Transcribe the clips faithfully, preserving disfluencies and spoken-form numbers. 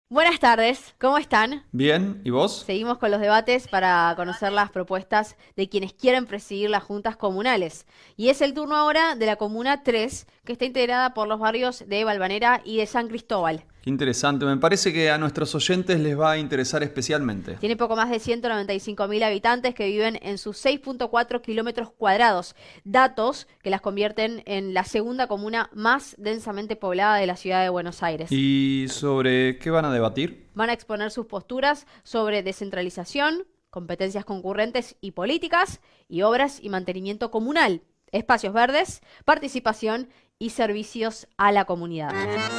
Buenas tardes, ¿cómo están? Bien, ¿y vos? Seguimos con los debates para conocer las propuestas de quienes quieren presidir las juntas comunales. Y es el turno ahora de la Comuna tres, que está integrada por los barrios de Valvanera y de San Cristóbal. Qué interesante, me parece que a nuestros oyentes les va a interesar especialmente. Tiene poco más de ciento noventa y cinco mil habitantes que viven en sus seis punto cuatro kilómetros cuadrados. Datos que las convierten en la segunda comuna más densamente poblada de la ciudad de Buenos Aires. ¿Y sobre qué van a debatir? Van a exponer sus posturas sobre descentralización, competencias concurrentes y políticas, y obras y mantenimiento comunal, espacios verdes, participación y servicios a la comunidad.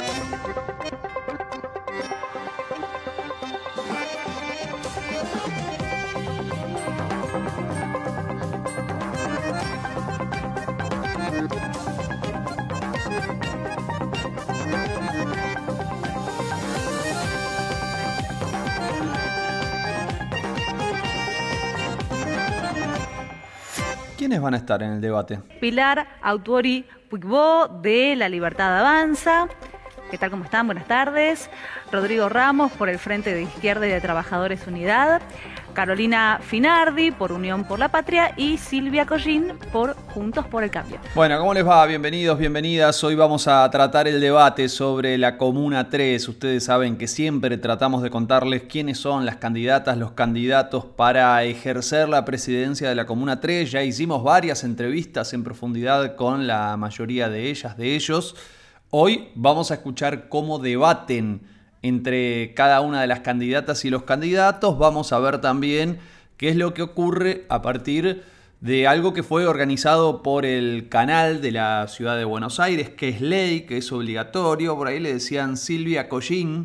¿Quiénes van a estar en el debate? Pilar Autuori Puigbo de La Libertad Avanza. ¿Qué tal? ¿Cómo están? Buenas tardes. Rodrigo Ramos por el Frente de Izquierda y de Trabajadores Unidad. Carolina Finardi por Unión por la Patria y Silvia Collín por Juntos por el Cambio. Bueno, ¿cómo les va? Bienvenidos, bienvenidas. Hoy vamos a tratar el debate sobre la Comuna tres. Ustedes saben que siempre tratamos de contarles quiénes son las candidatas, los candidatos para ejercer la presidencia de la Comuna tres. Ya hicimos varias entrevistas en profundidad con la mayoría de ellas, de ellos. Hoy vamos a escuchar cómo debaten entre cada una de las candidatas y los candidatos. Vamos a ver también qué es lo que ocurre a partir de algo que fue organizado por el canal de la ciudad de Buenos Aires, que es ley, que es obligatorio. Por ahí le decían Silvia Collín.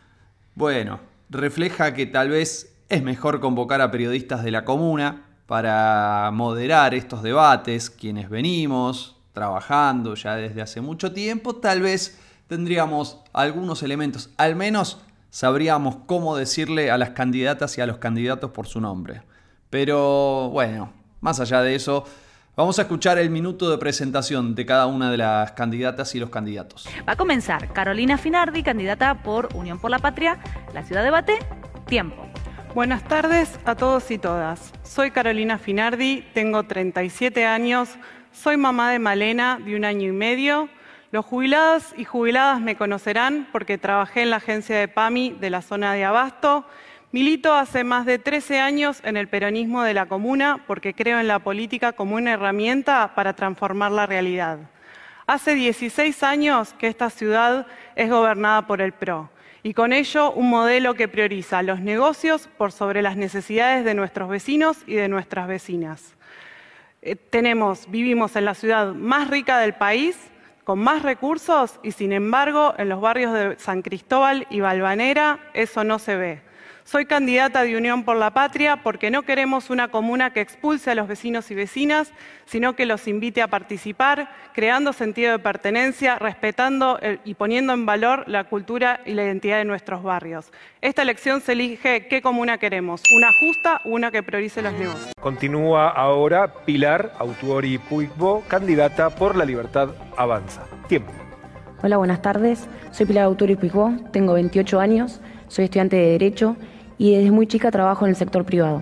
Bueno, refleja que tal vez es mejor convocar a periodistas de la comuna para moderar estos debates, quienes venimos trabajando ya desde hace mucho tiempo. Tal vez tendríamos algunos elementos, al menos sabríamos cómo decirle a las candidatas y a los candidatos por su nombre. Pero bueno, más allá de eso, vamos a escuchar el minuto de presentación de cada una de las candidatas y los candidatos. Va a comenzar Carolina Finardi, candidata por Unión por la Patria. La ciudad debate, tiempo. Buenas tardes a todos y todas. Soy Carolina Finardi, tengo treinta y siete años, soy mamá de Malena de un año y medio. Los jubilados y jubiladas me conocerán porque trabajé en la agencia de PAMI de la zona de Abasto. Milito hace más de trece años en el peronismo de la comuna porque creo en la política como una herramienta para transformar la realidad. Hace dieciséis años que esta ciudad es gobernada por el P R O y con ello un modelo que prioriza los negocios por sobre las necesidades de nuestros vecinos y de nuestras vecinas. Eh, tenemos, vivimos en la ciudad más rica del país, con más recursos y sin embargo en los barrios de San Cristóbal y Valvanera eso no se ve. Soy candidata de Unión por la Patria porque no queremos una comuna que expulse a los vecinos y vecinas, sino que los invite a participar, creando sentido de pertenencia, respetando el, y poniendo en valor la cultura y la identidad de nuestros barrios. Esta elección se elige qué comuna queremos, una justa o una que priorice los negocios. Continúa ahora Pilar Autuori Puigbo, candidata por La Libertad Avanza. Tiempo. Hola, buenas tardes. Soy Pilar Autuori Puigbo, tengo veintiocho años, soy estudiante de Derecho y desde muy chica trabajo en el sector privado.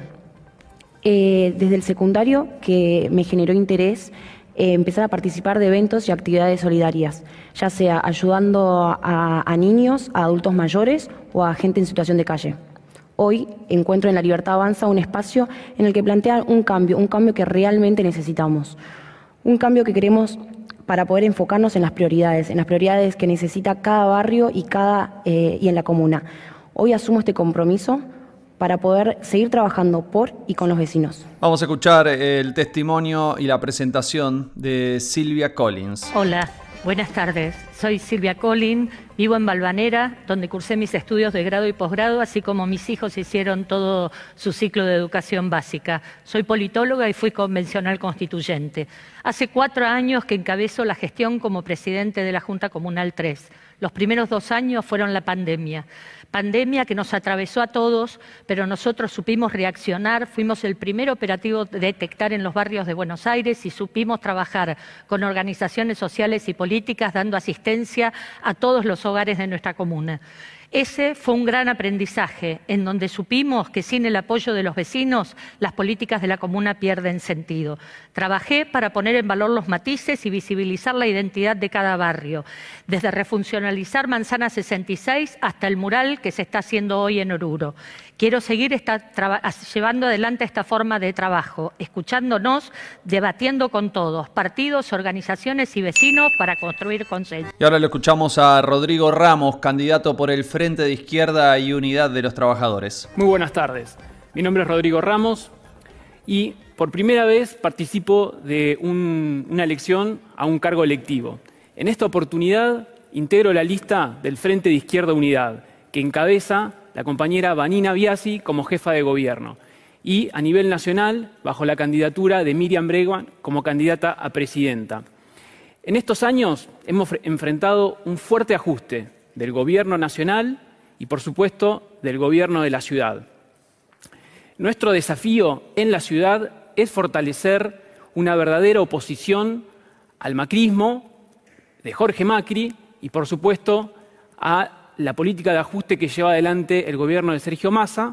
Eh, desde el secundario, que me generó interés eh, empezar a participar de eventos y actividades solidarias, ya sea ayudando a, a niños, a adultos mayores o a gente en situación de calle. Hoy encuentro en La Libertad Avanza un espacio en el que plantea un cambio, un cambio que realmente necesitamos, un cambio que queremos para poder enfocarnos en las prioridades, en las prioridades que necesita cada barrio y, cada, eh, y en la comuna. Hoy asumo este compromiso para poder seguir trabajando por y con los vecinos. Vamos a escuchar el testimonio y la presentación de Silvia Collins. Hola, buenas tardes. Soy Silvia Collins, vivo en Valvanera, donde cursé mis estudios de grado y posgrado, así como mis hijos hicieron todo su ciclo de educación básica. Soy politóloga y fui convencional constituyente. Hace cuatro años que encabezo la gestión como presidente de la Junta Comunal tres. Los primeros dos años fueron la pandemia. Pandemia que nos atravesó a todos, pero nosotros supimos reaccionar, fuimos el primer operativo de detectar en los barrios de Buenos Aires y supimos trabajar con organizaciones sociales y políticas dando asistencia a todos los hogares de nuestra comuna. Ese fue un gran aprendizaje, en donde supimos que sin el apoyo de los vecinos, las políticas de la comuna pierden sentido. Trabajé para poner en valor los matices y visibilizar la identidad de cada barrio, desde refuncionalizar Manzana sesenta y seis hasta el mural que se está haciendo hoy en Oruro. Quiero seguir esta, llevando adelante esta forma de trabajo, escuchándonos, debatiendo con todos, partidos, organizaciones y vecinos para construir consenso. Y ahora lo escuchamos a Rodrigo Ramos, candidato por el Frente de Izquierda y Unidad de los Trabajadores. Muy buenas tardes. Mi nombre es Rodrigo Ramos y por primera vez participo de un, una elección a un cargo electivo. En esta oportunidad integro la lista del Frente de Izquierda Unidad, que encabeza la compañera Vanina Biasi como jefa de gobierno, y a nivel nacional bajo la candidatura de Miriam Bregman como candidata a presidenta. En estos años hemos enfrentado un fuerte ajuste del gobierno nacional y, por supuesto, del gobierno de la ciudad. Nuestro desafío en la ciudad es fortalecer una verdadera oposición al macrismo de Jorge Macri y, por supuesto, a la política de ajuste que lleva adelante el gobierno de Sergio Massa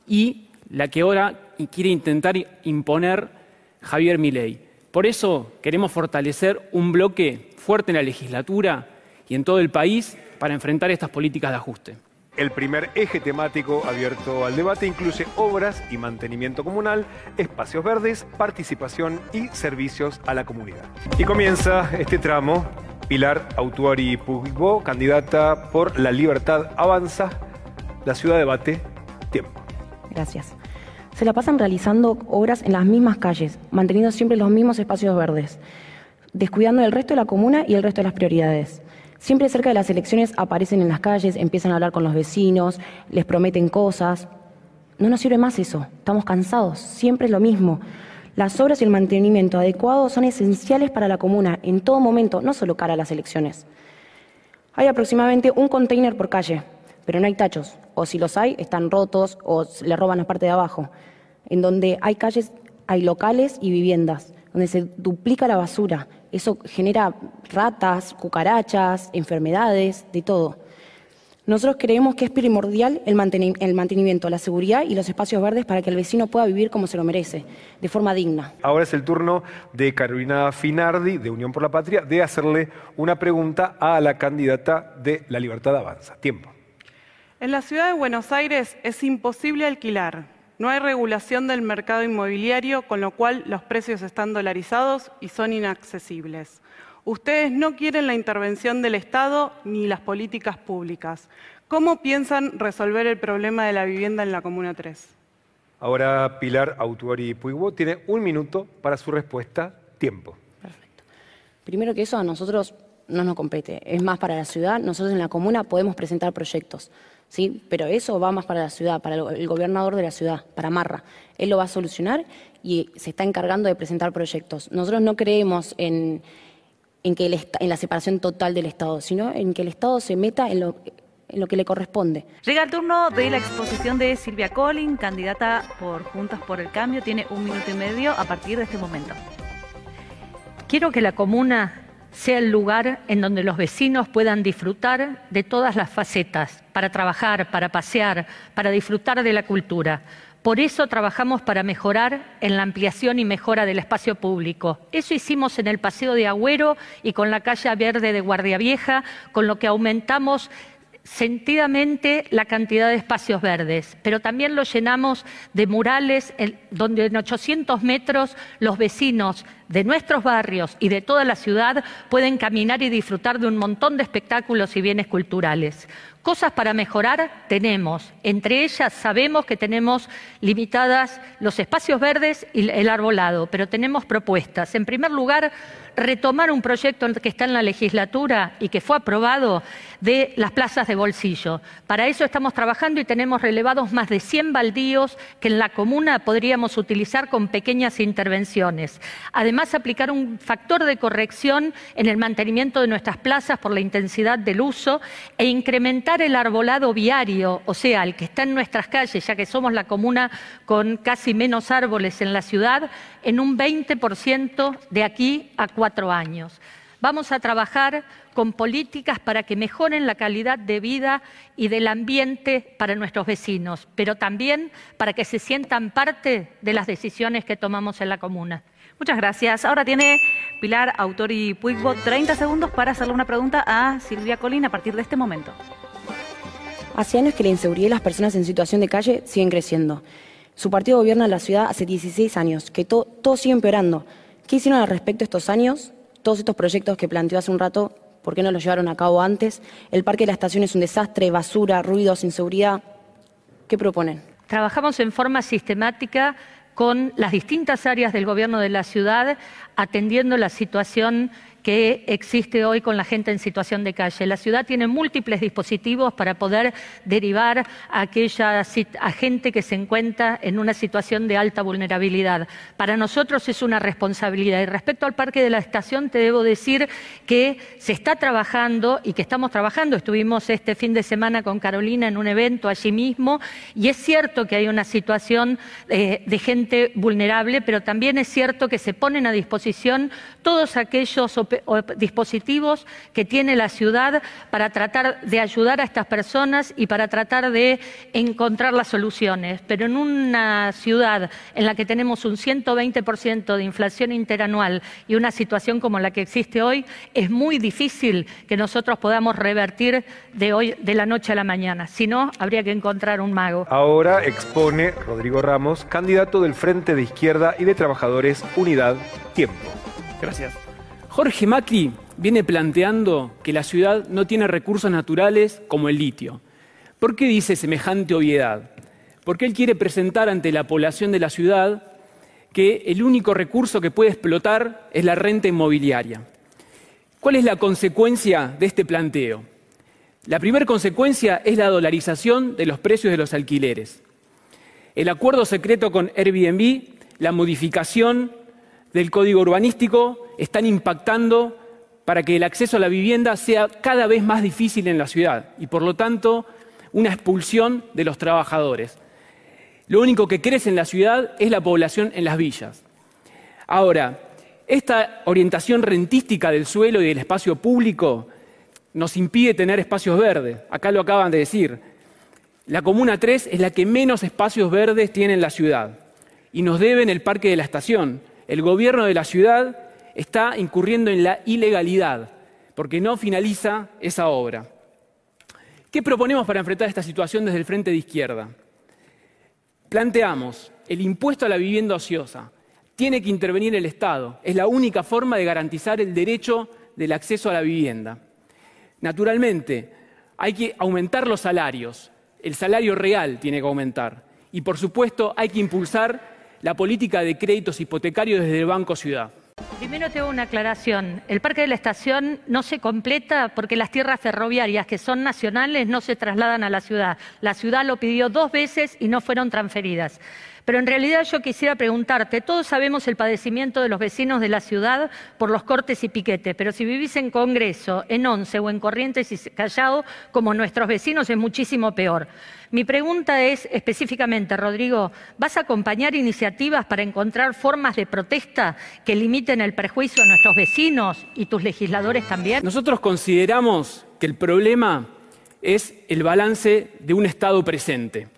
y la que ahora quiere intentar imponer Javier Milei. Por eso queremos fortalecer un bloque fuerte en la legislatura y en todo el país para enfrentar estas políticas de ajuste. El primer eje temático abierto al debate incluye obras y mantenimiento comunal, espacios verdes, participación y servicios a la comunidad. Y comienza este tramo. Pilar Autuori Puigbo, candidata por La Libertad Avanza. La ciudad debate. Tiempo. Gracias. Se la pasan realizando obras en las mismas calles, manteniendo siempre los mismos espacios verdes, descuidando el resto de la comuna y el resto de las prioridades. Siempre cerca de las elecciones aparecen en las calles, empiezan a hablar con los vecinos, les prometen cosas. No nos sirve más eso, estamos cansados, siempre es lo mismo. Las obras y el mantenimiento adecuado son esenciales para la comuna en todo momento, no solo cara a las elecciones. Hay aproximadamente un container por calle, pero no hay tachos, o si los hay, están rotos o le roban la parte de abajo. En donde hay calles, hay locales y viviendas, donde se duplica la basura. Eso genera ratas, cucarachas, enfermedades, de todo. Nosotros creemos que es primordial el, manteni- el mantenimiento, la seguridad y los espacios verdes para que el vecino pueda vivir como se lo merece, de forma digna. Ahora es el turno de Carolina Finardi, de Unión por la Patria, de hacerle una pregunta a la candidata de La Libertad Avanza. Tiempo. En la ciudad de Buenos Aires es imposible alquilar. No hay regulación del mercado inmobiliario, con lo cual los precios están dolarizados y son inaccesibles. Ustedes no quieren la intervención del Estado ni las políticas públicas. ¿Cómo piensan resolver el problema de la vivienda en la Comuna tres? Ahora Pilar Autuori Puigbo tiene un minuto para su respuesta. Tiempo. Perfecto. Primero que eso a nosotros no nos compete, es más para la ciudad. Nosotros en la comuna podemos presentar proyectos, ¿sí? Pero eso va más para la ciudad, para el gobernador de la ciudad, para Marra. Él lo va a solucionar y se está encargando de presentar proyectos. Nosotros no creemos en... En, que el en la separación total del Estado, sino en que el Estado se meta en lo, en lo que le corresponde. Llega el turno de la exposición de Silvia Collin, candidata por Juntos por el Cambio. Tiene un minuto y medio a partir de este momento. Quiero que la comuna sea el lugar en donde los vecinos puedan disfrutar de todas las facetas, para trabajar, para pasear, para disfrutar de la cultura. Por eso trabajamos para mejorar en la ampliación y mejora del espacio público. Eso hicimos en el Paseo de Agüero y con la calle Verde de Guardia Vieja, con lo que aumentamos sentidamente la cantidad de espacios verdes, pero también lo llenamos de murales donde en ochocientos metros los vecinos de nuestros barrios y de toda la ciudad pueden caminar y disfrutar de un montón de espectáculos y bienes culturales. Cosas para mejorar tenemos, entre ellas sabemos que tenemos limitadas los espacios verdes y el arbolado, pero tenemos propuestas. En primer lugar, retomar un proyecto que está en la legislatura y que fue aprobado de las plazas de bolsillo. Para eso estamos trabajando y tenemos relevados más de cien baldíos que en la comuna podríamos utilizar con pequeñas intervenciones. Además, aplicar un factor de corrección en el mantenimiento de nuestras plazas por la intensidad del uso e incrementar el arbolado viario, o sea, el que está en nuestras calles, ya que somos la comuna con casi menos árboles en la ciudad, en un veinte por ciento de aquí a cuatro años. Vamos a trabajar con políticas para que mejoren la calidad de vida y del ambiente para nuestros vecinos, pero también para que se sientan parte de las decisiones que tomamos en la comuna. Muchas gracias. Ahora tiene Pilar Autori Puigbo treinta segundos para hacerle una pregunta a Silvia Colín a partir de este momento. Hace años que la inseguridad y las personas en situación de calle siguen creciendo. Su partido gobierna la ciudad hace dieciséis años, que to, todo sigue empeorando. ¿Qué hicieron al respecto estos años? Todos estos proyectos que planteó hace un rato, ¿por qué no los llevaron a cabo antes? El parque de la estación es un desastre, basura, ruidos, inseguridad. ¿Qué proponen? Trabajamos en forma sistemática con las distintas áreas del gobierno de la ciudad, atendiendo la situación que existe hoy con la gente en situación de calle. La ciudad tiene múltiples dispositivos para poder derivar a aquella a gente que se encuentra en una situación de alta vulnerabilidad. Para nosotros es una responsabilidad. Y respecto al parque de la estación, te debo decir que se está trabajando y que estamos trabajando. Estuvimos este fin de semana con Carolina en un evento allí mismo, y es cierto que hay una situación eh, de gente vulnerable, pero también es cierto que se ponen a disposición todos aquellos o dispositivos que tiene la ciudad para tratar de ayudar a estas personas y para tratar de encontrar las soluciones. Pero en una ciudad en la que tenemos un ciento veinte por ciento de inflación interanual y una situación como la que existe hoy, es muy difícil que nosotros podamos revertir de hoy, de la noche a la mañana. Si no, habría que encontrar un mago. Ahora expone Rodrigo Ramos, candidato del Frente de Izquierda y de Trabajadores Unidad Tiempo. Gracias. Jorge Macri viene planteando que la ciudad no tiene recursos naturales como el litio. ¿Por qué dice semejante obviedad? Porque él quiere presentar ante la población de la ciudad que el único recurso que puede explotar es la renta inmobiliaria. ¿Cuál es la consecuencia de este planteo? La primera consecuencia es la dolarización de los precios de los alquileres. El acuerdo secreto con Airbnb, la modificación del Código Urbanístico están impactando para que el acceso a la vivienda sea cada vez más difícil en la ciudad y, por lo tanto, una expulsión de los trabajadores. Lo único que crece en la ciudad es la población en las villas. Ahora, esta orientación rentística del suelo y del espacio público nos impide tener espacios verdes. Acá lo acaban de decir. La Comuna tres es la que menos espacios verdes tiene en la ciudad y nos deben el Parque de la Estación. El gobierno de la ciudad está incurriendo en la ilegalidad porque no finaliza esa obra. ¿Qué proponemos para enfrentar esta situación desde el Frente de Izquierda? Planteamos el impuesto a la vivienda ociosa. Tiene que intervenir el Estado. Es la única forma de garantizar el derecho del acceso a la vivienda. Naturalmente, hay que aumentar los salarios. El salario real tiene que aumentar. Y, por supuesto, hay que impulsar la política de créditos hipotecarios desde el Banco Ciudad. Primero tengo una aclaración. El Parque de la Estación no se completa porque las tierras ferroviarias que son nacionales no se trasladan a la ciudad. La ciudad lo pidió dos veces y no fueron transferidas. Pero en realidad yo quisiera preguntarte, todos sabemos el padecimiento de los vecinos de la ciudad por los cortes y piquetes, pero si vivís en Congreso, en Once o en Corrientes y Callao, como nuestros vecinos, es muchísimo peor. Mi pregunta es específicamente, Rodrigo, ¿vas a acompañar iniciativas para encontrar formas de protesta que limiten el perjuicio a nuestros vecinos y tus legisladores también? Nosotros consideramos que el problema es el balance de un Estado presente.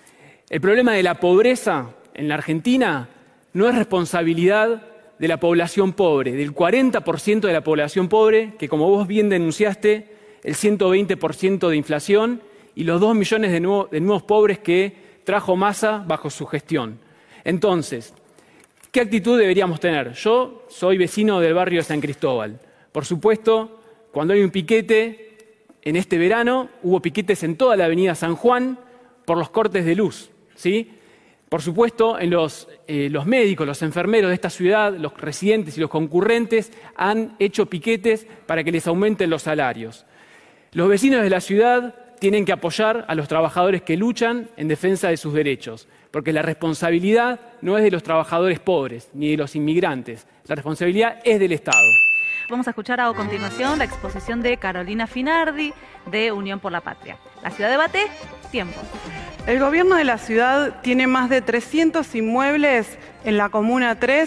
El problema de la pobreza en la Argentina no es responsabilidad de la población pobre, del cuarenta por ciento de la población pobre, que como vos bien denunciaste, el ciento veinte por ciento de inflación y los dos millones de, nuevo, de nuevos pobres que trajo Massa bajo su gestión. Entonces, ¿qué actitud deberíamos tener? Yo soy vecino del barrio de San Cristóbal. Por supuesto, cuando hay un piquete, en este verano hubo piquetes en toda la avenida San Juan por los cortes de luz. ¿Sí? Por supuesto, en los, eh, los médicos, los enfermeros de esta ciudad, los residentes y los concurrentes han hecho piquetes para que les aumenten los salarios. Los vecinos de la ciudad tienen que apoyar a los trabajadores que luchan en defensa de sus derechos, porque la responsabilidad no es de los trabajadores pobres ni de los inmigrantes, la responsabilidad es del Estado. Vamos a escuchar a continuación la exposición de Carolina Finardi de Unión por la Patria. La ciudad debate, tiempo. El gobierno de la ciudad tiene más de trescientos inmuebles en la Comuna tres,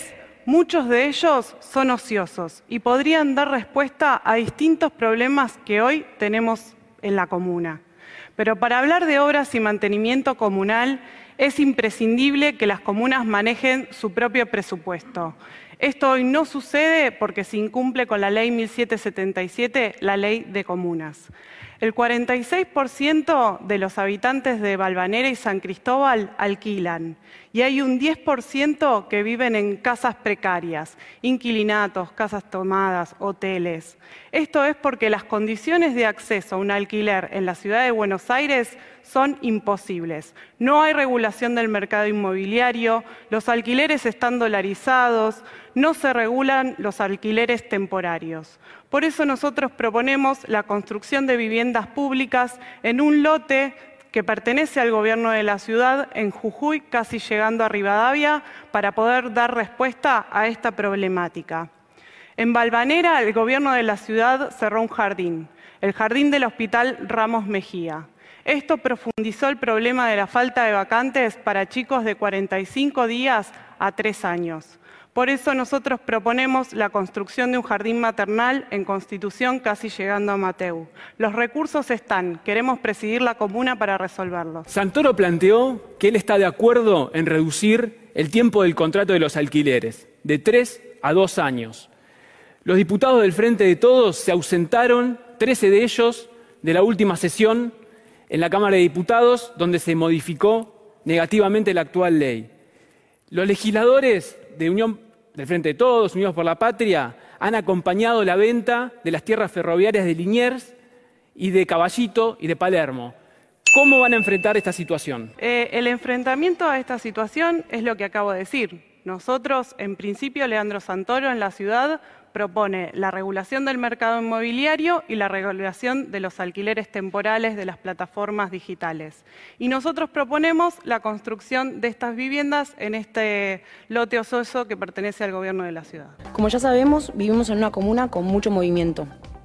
Muchos de ellos son ociosos y podrían dar respuesta a distintos problemas que hoy tenemos en la comuna. Pero para hablar de obras y mantenimiento comunal es imprescindible que las comunas manejen su propio presupuesto. Esto hoy no sucede porque se incumple con la Ley mil setecientos setenta y siete, la Ley de Comunas. El cuarenta y seis por ciento de los habitantes de Valvanera y San Cristóbal alquilan y hay un diez por ciento que viven en casas precarias, inquilinatos, casas tomadas, hoteles. Esto es porque las condiciones de acceso a un alquiler en la ciudad de Buenos Aires son imposibles. No hay regulación del mercado inmobiliario, los alquileres están dolarizados, no se regulan los alquileres temporarios. Por eso nosotros proponemos la construcción de viviendas públicas en un lote que pertenece al gobierno de la ciudad en Jujuy, casi llegando a Rivadavia, para poder dar respuesta a esta problemática. En Valvanera, el gobierno de la ciudad cerró un jardín, el jardín del Hospital Ramos Mejía. Esto profundizó el problema de la falta de vacantes para chicos de cuarenta y cinco días a tres años. Por eso nosotros proponemos la construcción de un jardín maternal en Constitución, casi llegando a Mateu. Los recursos están, queremos presidir la comuna para resolverlos. Santoro planteó que él está de acuerdo en reducir el tiempo del contrato de los alquileres, de tres a dos años. Los diputados del Frente de Todos se ausentaron, trece de ellos, de la última sesión en la Cámara de Diputados, donde se modificó negativamente la actual ley. Los legisladores de Unión del Frente de Todos, Unidos por la Patria, han acompañado la venta de las tierras ferroviarias de Liniers y de Caballito y de Palermo. ¿Cómo van a enfrentar esta situación? Eh, el enfrentamiento a esta situación es lo que acabo de decir. Nosotros, en principio, Leandro Santoro en la ciudad propone la regulación del mercado inmobiliario y la regulación de los alquileres temporales de las plataformas digitales. Y nosotros proponemos la construcción de estas viviendas en este lote ocioso que pertenece al gobierno de la ciudad. Como ya sabemos, vivimos en una comuna con mucho movimiento.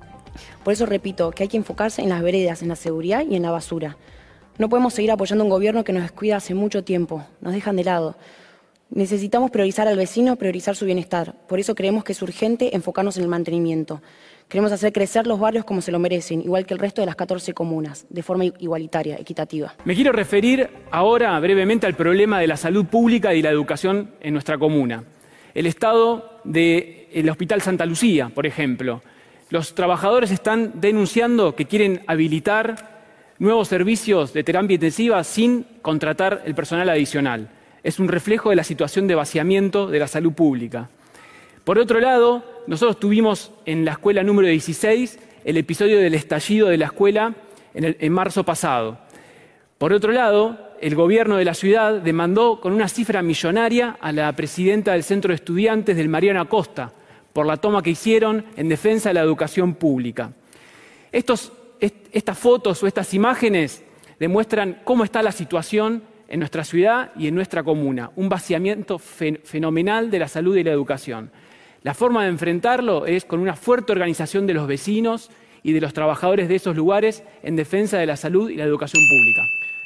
Por eso repito que hay que enfocarse en las veredas, en la seguridad y en la basura. No podemos seguir apoyando a un gobierno que nos descuida hace mucho tiempo, nos dejan de lado. Necesitamos priorizar al vecino, priorizar su bienestar. Por eso creemos que es urgente enfocarnos en el mantenimiento. Queremos hacer crecer los barrios como se lo merecen, igual que el resto de las catorce comunas, de forma igualitaria, equitativa. Me quiero referir ahora brevemente al problema de la salud pública y la educación en nuestra comuna. El estado del Hospital Santa Lucía, por ejemplo. Los trabajadores están denunciando que quieren habilitar nuevos servicios de terapia intensiva sin contratar el personal adicional. Es un reflejo de la situación de vaciamiento de la salud pública. Por otro lado, nosotros tuvimos en la escuela número dieciséis el episodio del estallido de la escuela en, el, en marzo pasado. Por otro lado, el gobierno de la ciudad demandó con una cifra millonaria a la presidenta del Centro de Estudiantes del Mariano Acosta por la toma que hicieron en defensa de la educación pública. Estos, est, estas fotos o estas imágenes demuestran cómo está la situación en nuestra ciudad y en nuestra comuna, un vaciamiento fen- fenomenal de la salud y la educación. La forma de enfrentarlo es con una fuerte organización de los vecinos y de los trabajadores de esos lugares en defensa de la salud y la educación pública.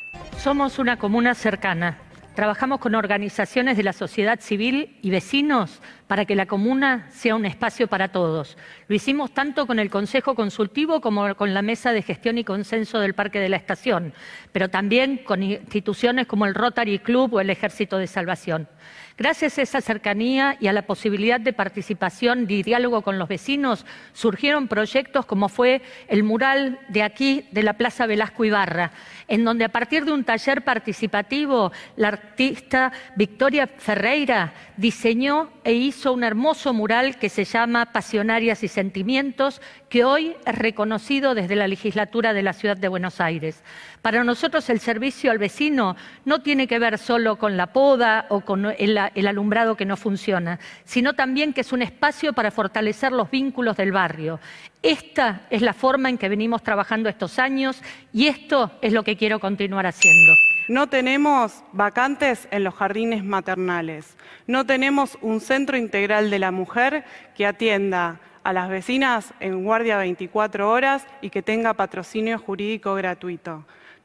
Somos una comuna cercana. Trabajamos con organizaciones de la sociedad civil y vecinos para que la comuna sea un espacio para todos. Lo hicimos tanto con el Consejo Consultivo como con la Mesa de Gestión y Consenso del Parque de la Estación, pero también con instituciones como el Rotary Club o el Ejército de Salvación. Gracias a esa cercanía y a la posibilidad de participación y diálogo con los vecinos, surgieron proyectos como fue el mural de aquí, de la Plaza Velasco Ibarra, en donde a partir de un taller participativo, la artista Victoria Ferreira diseñó e hizo un hermoso mural que se llama Pasionarias y Sentimientos, que hoy es reconocido desde la legislatura de la Ciudad de Buenos Aires. Para nosotros el servicio al vecino no tiene que ver solo con la poda o con el, el alumbrado que no funciona, sino también que es un espacio para fortalecer los vínculos del barrio. Esta es la forma en que venimos trabajando estos años y esto es lo que quiero continuar haciendo. No tenemos vacantes en los jardines maternales, no tenemos un centro integral de la mujer que atienda a las vecinas en guardia veinticuatro horas y que tenga patrocinio jurídico gratuito.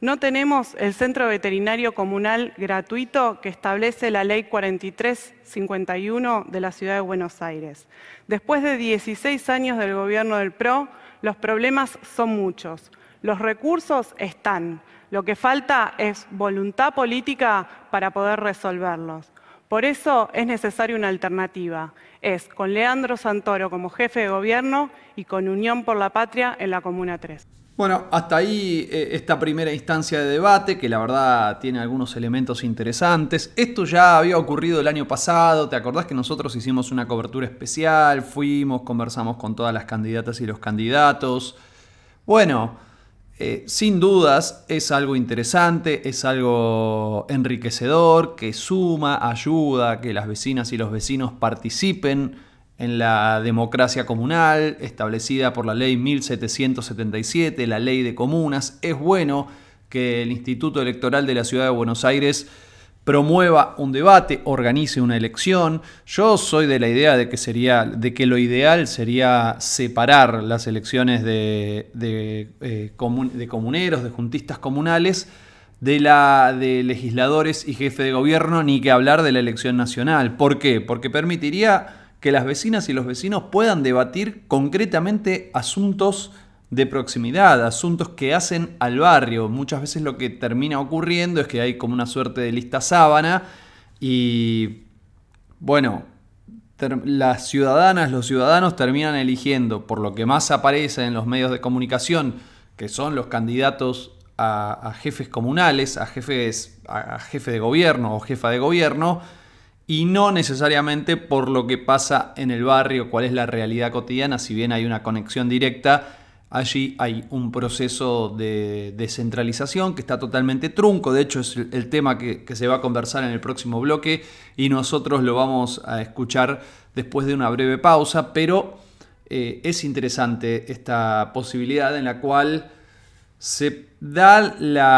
No tenemos el centro veterinario comunal gratuito que establece la ley cuarenta y tres cincuenta y uno de la Ciudad de Buenos Aires. Después de dieciséis años del gobierno del P R O, los problemas son muchos. Los recursos están. Lo que falta es voluntad política para poder resolverlos. Por eso es necesaria una alternativa. Es con Leandro Santoro como jefe de gobierno y con Unión por la Patria en la Comuna tres. Bueno, hasta ahí eh, esta primera instancia de debate, que la verdad tiene algunos elementos interesantes. Esto ya había ocurrido el año pasado, ¿te acordás que nosotros hicimos una cobertura especial? Fuimos, conversamos con todas las candidatas y los candidatos. Bueno, eh, sin dudas es algo interesante, es algo enriquecedor, que suma, ayuda a que las vecinas y los vecinos participen en la democracia comunal establecida por la ley mil setecientos setenta y siete, la ley de comunas. Es bueno que el Instituto Electoral de la Ciudad de Buenos Aires promueva un debate, organice una elección. Yo soy de la idea de que, sería, de que lo ideal sería separar las elecciones de, de, eh, comun, de comuneros, de juntistas comunales, de la de legisladores y jefe de gobierno, ni que hablar de la elección nacional. ¿Por qué? Porque permitiría que las vecinas y los vecinos puedan debatir concretamente asuntos de proximidad, asuntos que hacen al barrio. Muchas veces lo que termina ocurriendo es que hay como una suerte de lista sábana y, bueno, ter- las ciudadanas, los ciudadanos terminan eligiendo por lo que más aparece en los medios de comunicación, que son los candidatos a, a jefes comunales, a jefes, a, a jefe de gobierno o jefa de gobierno, y no necesariamente por lo que pasa en el barrio, cuál es la realidad cotidiana. Si bien hay una conexión directa, allí hay un proceso de descentralización que está totalmente trunco. De hecho, es el tema que, que se va a conversar en el próximo bloque y nosotros lo vamos a escuchar después de una breve pausa, pero eh, es interesante esta posibilidad en la cual se da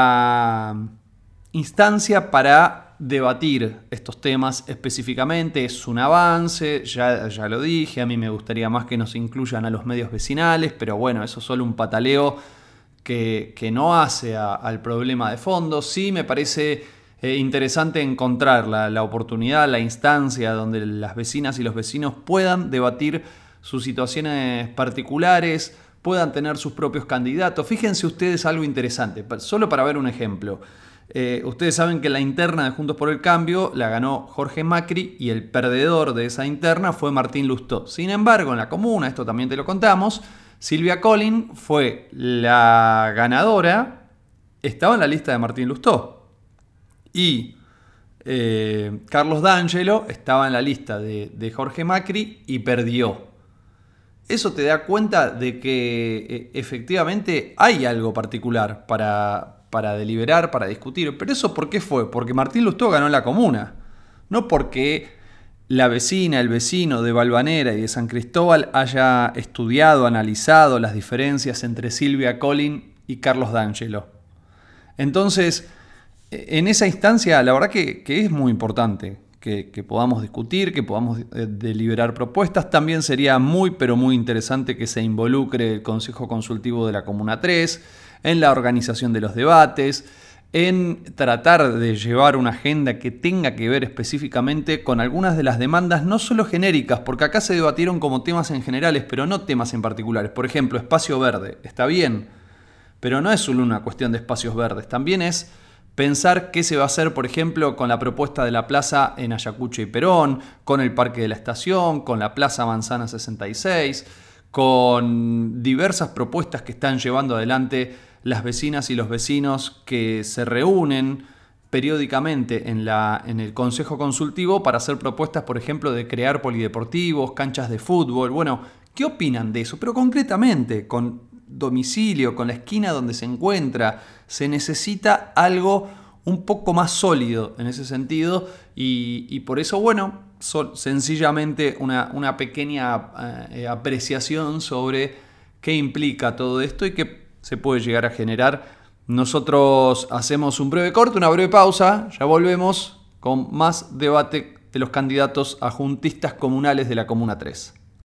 la instancia para debatir estos temas específicamente. Es un avance, ya, ya lo dije, a mí me gustaría más que nos incluyan a los medios vecinales, pero bueno, eso es solo un pataleo que, que no hace a, al problema de fondo. Sí me parece eh, interesante encontrar la, la oportunidad, la instancia donde las vecinas y los vecinos puedan debatir sus situaciones particulares, puedan tener sus propios candidatos. Fíjense ustedes algo interesante, solo para ver un ejemplo. Eh, ustedes saben que la interna de Juntos por el Cambio la ganó Jorge Macri y el perdedor de esa interna fue Martín Lustó. Sin embargo, en la comuna, esto también te lo contamos, Silvia Collin fue la ganadora, estaba en la lista de Martín Lustó. Y eh, Carlos D'Angelo estaba en la lista de, de Jorge Macri y perdió. Eso te da cuenta de que eh, efectivamente hay algo particular para... para deliberar, para discutir. Pero eso ¿por qué fue? Porque Martín Lustó ganó en la comuna. No porque la vecina, el vecino de Valvanera y de San Cristóbal haya estudiado, analizado las diferencias entre Silvia Collin y Carlos D'Angelo. Entonces, en esa instancia, la verdad que, que es muy importante que, que podamos discutir, que podamos eh, deliberar propuestas. También sería muy, pero muy interesante que se involucre el Consejo Consultivo de la Comuna tres, en la organización de los debates, en tratar de llevar una agenda que tenga que ver específicamente con algunas de las demandas, no solo genéricas, porque acá se debatieron como temas en generales, pero no temas en particulares. Por ejemplo, espacio verde, está bien, pero no es solo una cuestión de espacios verdes, también es pensar qué se va a hacer, por ejemplo, con la propuesta de la plaza en Ayacucho y Perón, con el Parque de la Estación, con la Plaza Manzana sesenta y seis, con diversas propuestas que están llevando adelante las vecinas y los vecinos que se reúnen periódicamente en, la, en el Consejo Consultivo para hacer propuestas, por ejemplo, de crear polideportivos, canchas de fútbol. Bueno, ¿qué opinan de eso? Pero concretamente, con domicilio, con la esquina donde se encuentra, se necesita algo un poco más sólido en ese sentido y, y por eso, bueno, so, sencillamente una, una pequeña eh, apreciación sobre qué implica todo esto y qué se puede llegar a generar. Nosotros hacemos un breve corte, una breve pausa, ya volvemos con más debate de los candidatos a juntistas comunales de la Comuna tres.